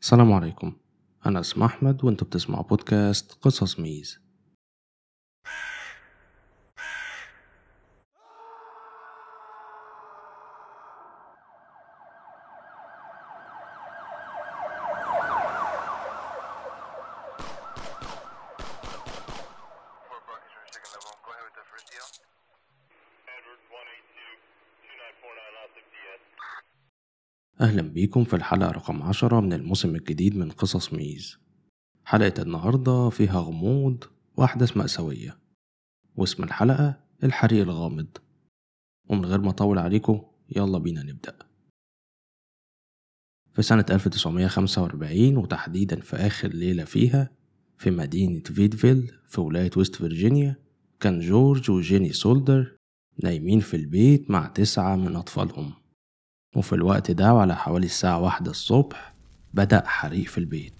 السلام عليكم. أنا اسمي أحمد وأنتوا بتسمعوا بودكاست قصص ميز. أهلا بيكم في الحلقة رقم 10 من الموسم الجديد من قصص ميز. حلقة النهاردة فيها غموض وأحداث مأساوية، واسم الحلقة الحريق الغامض. ومن غير ما أطول عليكم يلا بينا نبدأ. في سنة 1945 وتحديدا في آخر ليلة فيها في مدينة فيدفيل في ولاية ويست فيرجينيا، كان جورج وجيني سولدر نايمين في البيت مع 9 من أطفالهم. وفي الوقت ده وعلى حوالي الساعة 1 الصبح بدأ حريق في البيت،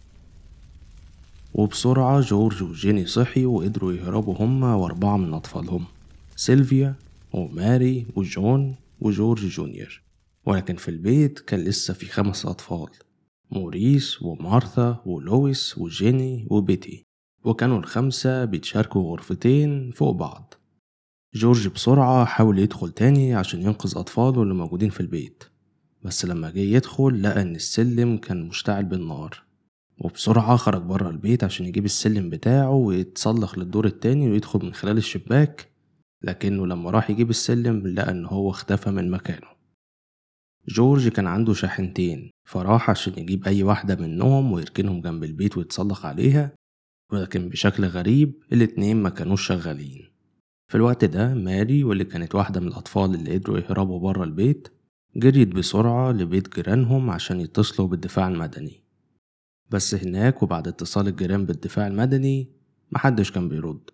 وبسرعة جورج وجيني صحيوا وقدروا يهربوا هما و4 من أطفالهم، سيلفيا وماري وجون وجورج جونيور. ولكن في البيت كان لسه في 5 أطفال، موريس ومارثا ولويس وجيني وبيتي، وكانوا ال5 بيتشاركوا غرفتين فوق بعض. جورج بسرعة حاول يدخل تاني عشان ينقذ أطفاله اللي موجودين في البيت، بس لما جه يدخل لقى إن السلم كان مشتعل بالنار، وبسرعة خرج برا البيت عشان يجيب السلم بتاعه ويتسلق للدور التاني ويدخل من خلال الشباك. لكنه لما راح يجيب السلم لقى إن هو اختفى من مكانه. جورج كان عنده شاحنتين، فراح عشان يجيب أي واحدة منهم ويركنهم جنب البيت ويتسلق عليها، ولكن بشكل غريب الاتنين ما كانوش شغالين. في الوقت ده ماري، واللي كانت واحدة من الأطفال اللي قدروا يهربوا برا البيت، جريت بسرعة لبيت جيرانهم عشان يتصلوا بالدفاع المدني. بس هناك وبعد اتصال الجيران بالدفاع المدني محدش كان بيرد،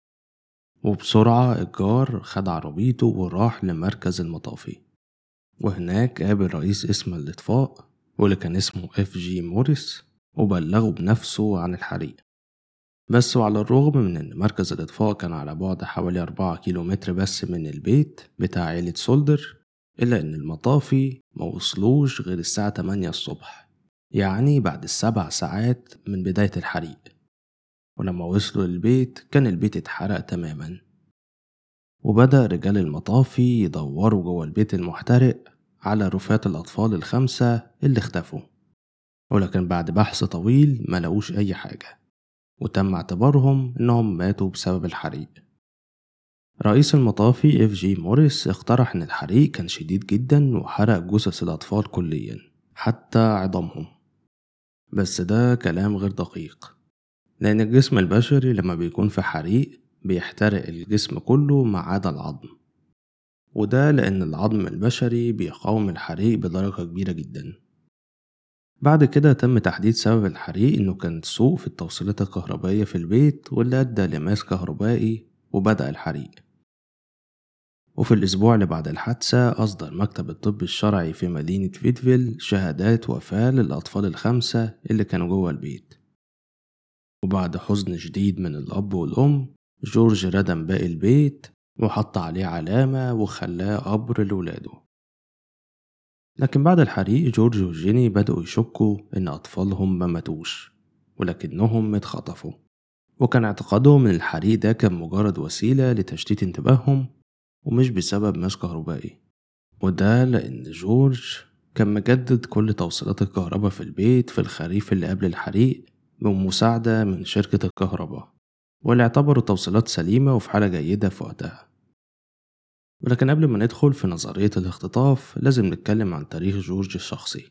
وبسرعة الجار خد عربيته وراح لمركز المطافي، وهناك قابل رئيس اسم الإطفاء واللي كان اسمه FG موريس، وبلغه بنفسه عن الحريق. بس وعلى الرغم من ان مركز الإطفاء كان على بعد حوالي 4 كيلومتر بس من البيت بتاع عيلة سولدر، إلا ان المطافي موصلوش غير الساعة 8 الصبح، يعني بعد 7 ساعات من بداية الحريق. ولما وصلوا للبيت كان البيت اتحرق تماما، وبدأ رجال المطافي يدوروا جوه البيت المحترق على رفات الأطفال ال5 اللي اختفوا، ولكن بعد بحث طويل ملقوش أي حاجة، وتم اعتبارهم إنهم ماتوا بسبب الحريق. رئيس المطافي FG موريس اقترح إن الحريق كان شديد جدا وحرق جثث الأطفال كليا حتى عظامهم، بس ده كلام غير دقيق، لأن الجسم البشري لما بيكون في حريق بيحترق الجسم كله ما عدا العظم، وده لأن العظم البشري بيقاوم الحريق بدرجة كبيرة جدا. بعد كده تم تحديد سبب الحريق إنه كان سوء في التوصيلات الكهربائية في البيت، واللي أدى لماس كهربائي وبدأ الحريق. وفي الأسبوع اللي بعد الحادثة أصدر مكتب الطب الشرعي في مدينة فيدفيل شهادات وفاة للأطفال ال5 اللي كانوا جوه البيت. وبعد حزن شديد من الأب والأم، جورج ردم باقي البيت وحط عليه علامة وخلاه قبر لولاده. لكن بعد الحريق جورج وجيني بدأوا يشكوا إن أطفالهم ما ماتوش، ولكنهم اتخطفوا، وكان اعتقادهم إن الحريق ده كان مجرد وسيلة لتشتيت انتباههم ومش بسبب ماس كهربائي. وده لأن جورج كان مجدد كل توصيلات الكهرباء في البيت في الخريف اللي قبل الحريق بمساعدة من شركة الكهرباء، واللي اعتبروا التوصيلات سليمة وفي حالة جيدة في وقتها. ولكن قبل ما ندخل في نظرية الاختطاف لازم نتكلم عن تاريخ جورج الشخصي.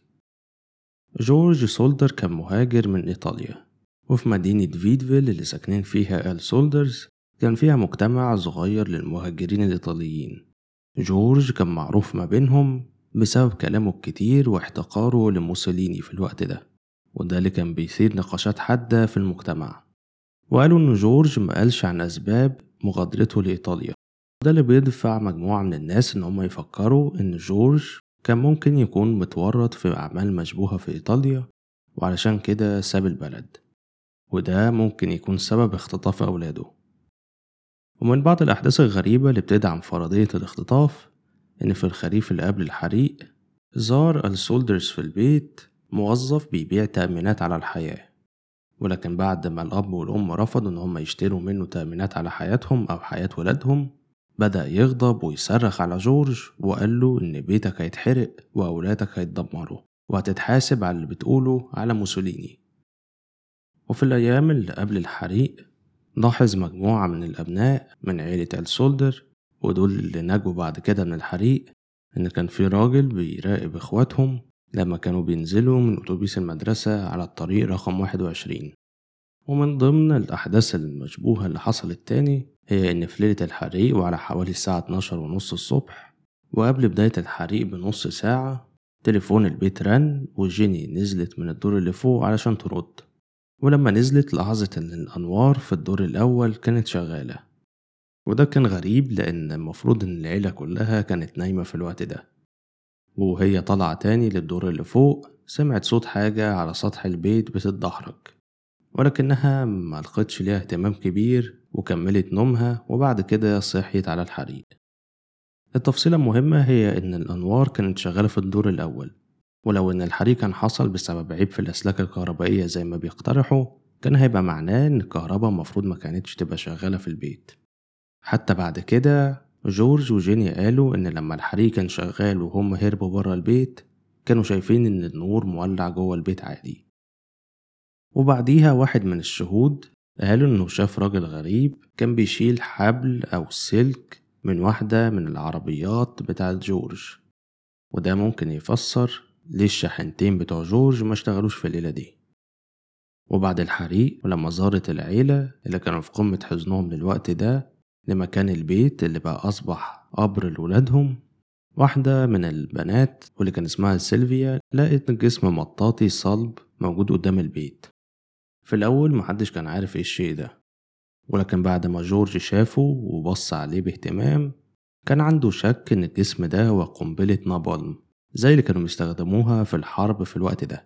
جورج سولدر كان مهاجر من إيطاليا، وفي مدينة فيدفيل اللي ساكنين فيها آل سولدرز كان فيها مجتمع صغير للمهاجرين الإيطاليين. جورج كان معروف ما بينهم بسبب كلامه الكتير واحتقاره لموسوليني في الوقت ده، وده اللي كان بيثير نقاشات حادة في المجتمع. وقالوا إن جورج ما قالش عن أسباب مغادرته لإيطاليا، ده اللي بيدفع مجموعة من الناس إن هم يفكروا إن جورج كان ممكن يكون متورط في أعمال مشبوهة في إيطاليا وعلشان كده ساب البلد، وده ممكن يكون سبب اختطاف أولاده. ومن بعض الأحداث الغريبة اللي بتدعم فرضية الاختطاف إن في الخريف اللي قبل الحريق زار السولدرز في البيت موظف بيبيع تأمينات على الحياة، ولكن بعد ما الأب والأم رفضوا إن هم يشتروا منه تأمينات على حياتهم أو حياة ولادهم، بدأ يغضب ويصرخ على جورج وقال له إن بيتك هيتحرق وأولادك هيتدمروا وهتتحاسب على اللي بتقوله على موسوليني. وفي الأيام اللي قبل الحريق لاحظ مجموعة من الأبناء من عيلة السولدر، ودول اللي نجوا بعد كده من الحريق، إن كان في راجل بيراقب إخواتهم لما كانوا بينزلوا من أتوبيس المدرسة على الطريق رقم 21. ومن ضمن الأحداث المشبوهة اللي حصلت تاني هي إن في ليلة الحريق وعلى حوالي الساعة 12:30 الصبح وقبل بداية الحريق بنص ساعة، تليفون البيت رن وجيني نزلت من الدور اللي فوق علشان ترد. ولما نزلت لاحظت إن الأنوار في الدور الأول كانت شغالة، وده كان غريب لأن المفروض إن العيلة كلها كانت نايمة في الوقت ده. وهي طالعة تاني للدور اللي فوق سمعت صوت حاجة على سطح البيت بتتدحرج، ولكنها ملقتش ليها اهتمام كبير وكملت نومها، وبعد كده صحيت على الحريق. التفصيلة المهمة هي إن الأنوار كانت شغالة في الدور الأول، ولو إن الحريق كان حصل بسبب عيب في الأسلاك الكهربائية زي ما بيقترحوا كان هيبقى معناه إن الكهرباء مفروض ما كانتش تبقى شغالة في البيت. حتى بعد كده جورج وجيني قالوا إن لما الحريق كان شغال وهم هربوا برا البيت كانوا شايفين إن النور مولع جوه البيت عادي. وبعديها واحد من الشهود قالوا إنه شاف راجل غريب كان بيشيل حبل أو سلك من واحدة من العربيات بتاعت جورج، وده ممكن يفسر ليه الشاحنتين بتوع جورج ما اشتغلوش في الليلة دي. وبعد الحريق ولما زارت العيلة اللي كانوا في قمة حزنهم للوقت ده لمكان البيت اللي بقى أصبح قبر لولادهم، واحدة من البنات واللي كان اسمها سيلفيا لقت جسم مطاطي صلب موجود قدام البيت. في الأول محدش كان عارف ايه الشيء ده، ولكن بعد ما جورج شافه وبص عليه باهتمام كان عنده شك ان الجسم ده هو قنبلة نابالم زي اللي كانوا بيستخدموها في الحرب في الوقت ده.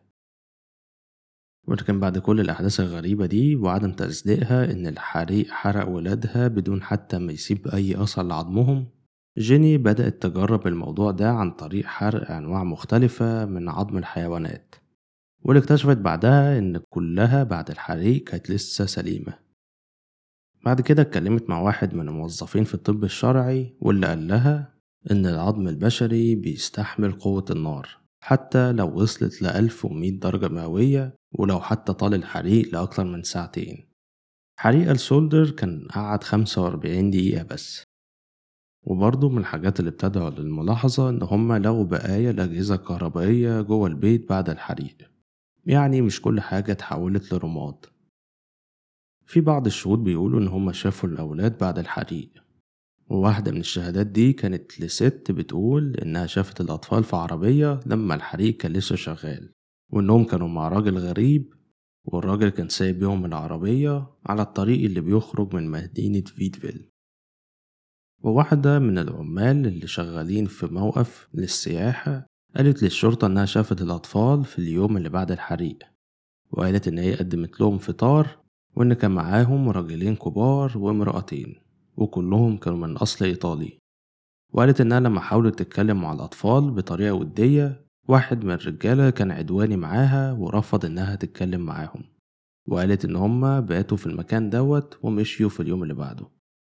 ولكن بعد كل الأحداث الغريبة دي وعدم تصديقها إن الحريق حرق ولادها بدون حتى ما يسيب أي أثر لعظمهم، جيني بدأت تجرب الموضوع ده عن طريق حرق أنواع مختلفة من عظم الحيوانات، واللي اكتشفت بعدها إن كلها بعد الحريق كانت لسه سليمة. بعد كده اتكلمت مع واحد من الموظفين في الطب الشرعي واللي قال لها إن العظم البشري بيستحمل قوة النار حتى لو وصلت ل1100 درجة مئوية، ولو حتى طال الحريق لأكتر من ساعتين. حريق السولدر كان قعد 45 دقيقة بس. وبرضه من الحاجات اللي بتدعو للملاحظة إن هما لقوا بقايا الأجهزة الكهربائية جوه البيت بعد الحريق، يعني مش كل حاجة اتحولت لرماد. في بعض الشهود بيقولوا إن هما شافوا الأولاد بعد الحريق، وواحدة من الشهادات دي كانت لست بتقول إنها شافت الأطفال في عربية لما الحريق كان لسه شغال، وإنهم كانوا مع راجل غريب، والراجل كان سايب بيهم العربية على الطريق اللي بيخرج من مدينة فيدفيل. وواحدة من العمال اللي شغالين في موقف للسياحة قالت للشرطة إنها شافت الأطفال في اليوم اللي بعد الحريق، وقالت إن هي قدمت لهم فطار وإن كان معاهم راجلين كبار وامرأتين وكلهم كانوا من أصل إيطالي. وقالت إنها لما حاولت تتكلم مع الأطفال بطريقة ودية واحد من الرجالة كان عدواني معاها ورفض إنها تتكلم معاهم، وقالت إن هما باتوا في المكان دوت ومشيوا في اليوم اللي بعده.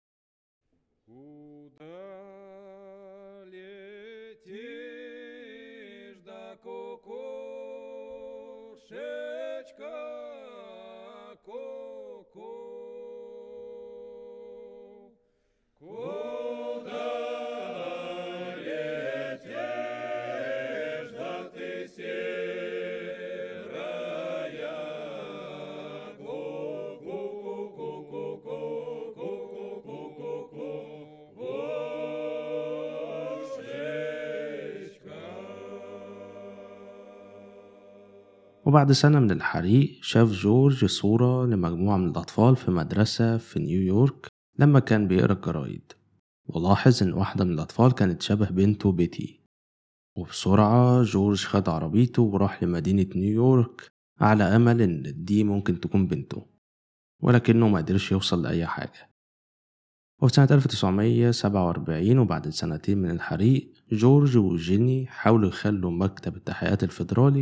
وبعد سنة من الحريق شاف جورج صورة لمجموعة من الأطفال في مدرسة في نيويورك لما كان بيقرأ الجرايد، ولاحظ إن واحدة من الأطفال كانت شبه بنته بيتي. وبسرعة جورج خد عربيته وراح لمدينة نيويورك على أمل إن دي ممكن تكون بنته، ولكنه ما قدرش يوصل لأي حاجة. وفي سنة 1947 وبعد سنتين من الحريق جورج وجيني حاولوا يخلوا مكتب التحقيقات الفيدرالي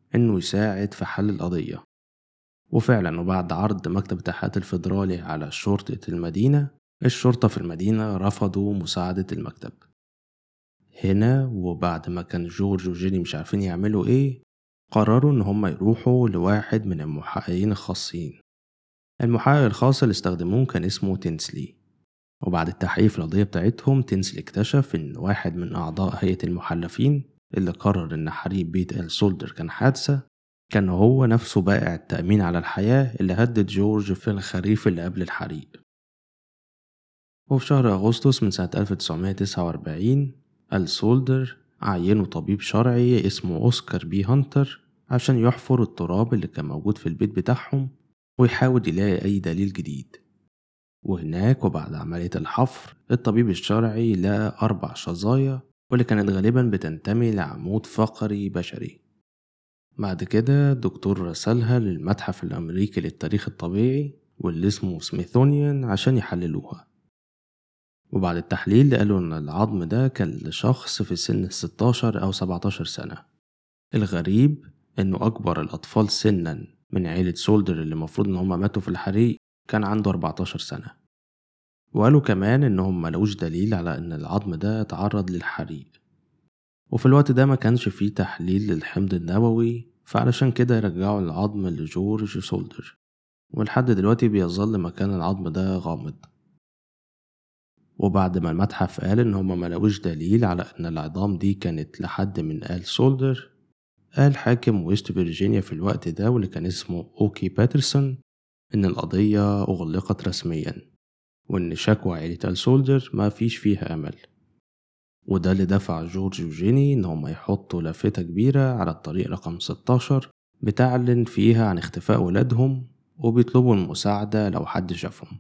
إنه يساعد في حل القضية. وفعلا وبعد عرض مكتب التحقيقات الفيدرالي على شرطة المدينة، الشرطة في المدينة رفضوا مساعدة المكتب. هنا وبعد ما كان جورج وجيني مش عارفين يعملوا ايه، قرروا ان هم يروحوا لواحد من المحققين الخاصين. المحقق الخاص اللي استخدموه كان اسمه تينسلي. وبعد التحقيق في القضية بتاعتهم، تينسلي اكتشف ان واحد من اعضاء هيئة المحلفين اللي قرر ان حريق بيت سولدر كان حادثة، كان هو نفسه بائع التأمين على الحياة اللي هدد جورج في الخريف اللي قبل الحريق. وفي شهر أغسطس من سنة 1949 سولدر عينوا طبيب شرعي اسمه أوسكار بي هانتر عشان يحفر التراب اللي كان موجود في البيت بتاعهم ويحاول يلاقي أي دليل جديد. وهناك وبعد عملية الحفر، الطبيب الشرعي لقى 4 شظايا واللي كانت غالبا بتنتمي لعمود فقري بشري. بعد كده الدكتور رسلها للمتحف الأمريكي للتاريخ الطبيعي واللي اسمه سميثونيان عشان يحللوها. وبعد التحليل قالوا إن العظم ده كان لشخص في سن 16 أو 17 سنة. الغريب إنه أكبر الأطفال سنا من عيلة سولدر اللي المفروض إن هما ماتوا في الحريق كان عنده 14 سنة. وقالوا كمان إنهم ملقوش دليل على إن العظم ده اتعرض للحريق، وفي الوقت ده ما كانش فيه تحليل للحمض النووي، فعلشان كده رجعوا العظم لجورج سولدر. ولحد دلوقتي بيظل مكان العظم ده غامض. وبعد ما المتحف قال إن هما ملقوش دليل على إن العظام دي كانت لحد من سولدر، قال حاكم ويست فيرجينيا في الوقت ده واللي كان اسمه أوكي باترسون إن القضية أغلقت رسميا، وإن شكوى عيلة سولدر ما فيش فيها أمل. وده اللي دفع جورج وجيني إن هما يحطوا لافتة كبيرة على الطريق رقم 16 بتعلن فيها عن اختفاء ولادهم وبيطلبوا المساعدة لو حد شافهم.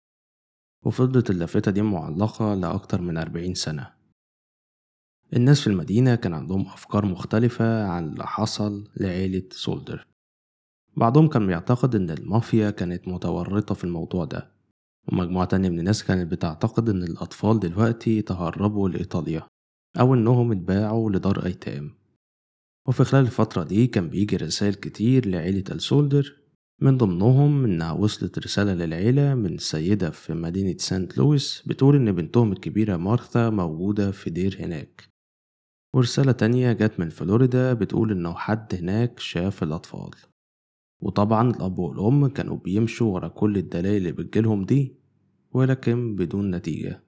وفضلت اللافتة دي معلقة لأكتر من 40 سنة. الناس في المدينة كان عندهم أفكار مختلفة عن اللي حصل لعيلة سولدر. بعضهم كان بيعتقد إن المافيا كانت متورطة في الموضوع ده، ومجموعة تانية من الناس كانت بتعتقد إن الأطفال دلوقتي تهربوا لإيطاليا أو إنهم اتباعوا لدار أيتام. وفي خلال الفترة دي كان بيجي رسائل كتير لعيلة السولدر، من ضمنهم إنها وصلت رسالة للعيلة من سيدة في مدينة سانت لويس بتقول إن بنتهم الكبيرة مارثا موجودة في دير هناك. ورسالة تانية جت من فلوريدا بتقول إنه حد هناك شاف الأطفال. وطبعا الأب والأم كانوا بيمشوا ورا كل الدلائل اللي بتجيلهم دي، ولكن بدون نتيجة.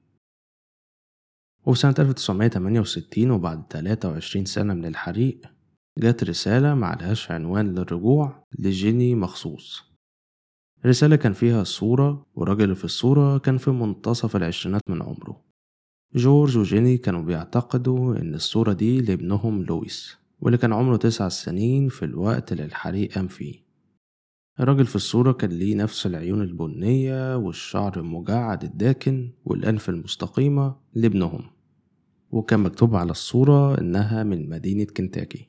وفي سنة 1968 وبعد 23 سنة من الحريق، جت رسالة معلهاش عنوان للرجوع لجيني مخصوص. الرسالة كان فيها صورة، والراجل اللي في الصورة كان في منتصف العشرينات من عمره. جورج وجيني كانوا بيعتقدوا إن الصورة دي لابنهم لويس، واللي كان عمره 9 سنين في الوقت اللي الحريق قام فيه. الراجل في الصورة كان ليه نفس العيون البنية والشعر المجعد الداكن والأنف المستقيمة لابنهم، وكان مكتوب على الصورة إنها من مدينة كنتاكي.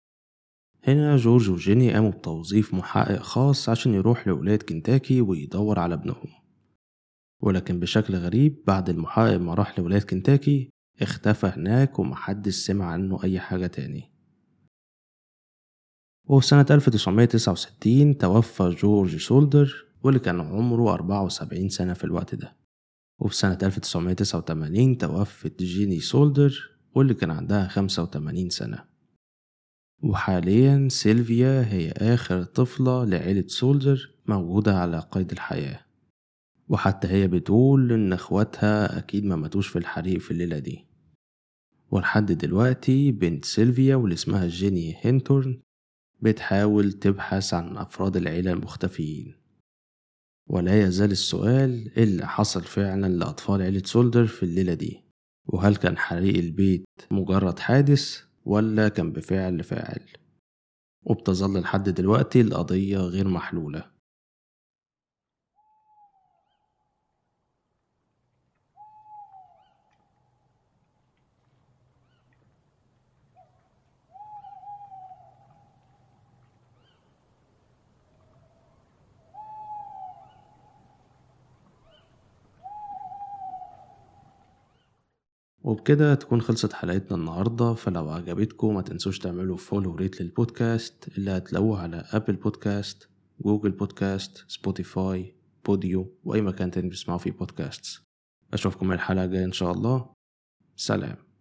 هنا جورج وجيني قاموا بتوظيف محقق خاص عشان يروح لولاية كنتاكي ويدور على ابنهم. ولكن بشكل غريب بعد المحقق ما راح لولاية كنتاكي اختفى هناك ومحدش سمع عنه أي حاجة تاني. وفي سنة 1969 توفى جورج سولدر واللي كان عمره 74 سنة في الوقت ده. وفي سنة 1989 توفت جيني سولدر واللي كان عندها 85 سنة. وحاليا سيلفيا هي آخر طفلة لعيلة سولدر موجودة على قيد الحياة، وحتى هي بتقول إن إخواتها أكيد ما ماتوش في الحريق في الليلة دي. ولحد دلوقتي بنت سيلفيا واللي اسمها جيني هينتورن بتحاول تبحث عن أفراد العيلة المختفيين. ولا يزال السؤال إيه اللي حصل فعلا لأطفال عيلة سولدر في الليلة دي، وهل كان حريق البيت مجرد حادث ولا كان بفعل فاعل. وبتظل لحد دلوقتي القضية غير محلولة. وبكده تكون خلصت حلقتنا النهاردة. فلو عجبتكم ما تنسوش تعملوا فولو وريت للبودكاست اللي هتلاقوه على أبل بودكاست، جوجل بودكاست، سبوتيفاي، بوديو، وأي مكان تاني بتسمعوا فيه بودكاست. أشوفكم الحلقة الجاية إن شاء الله. سلام.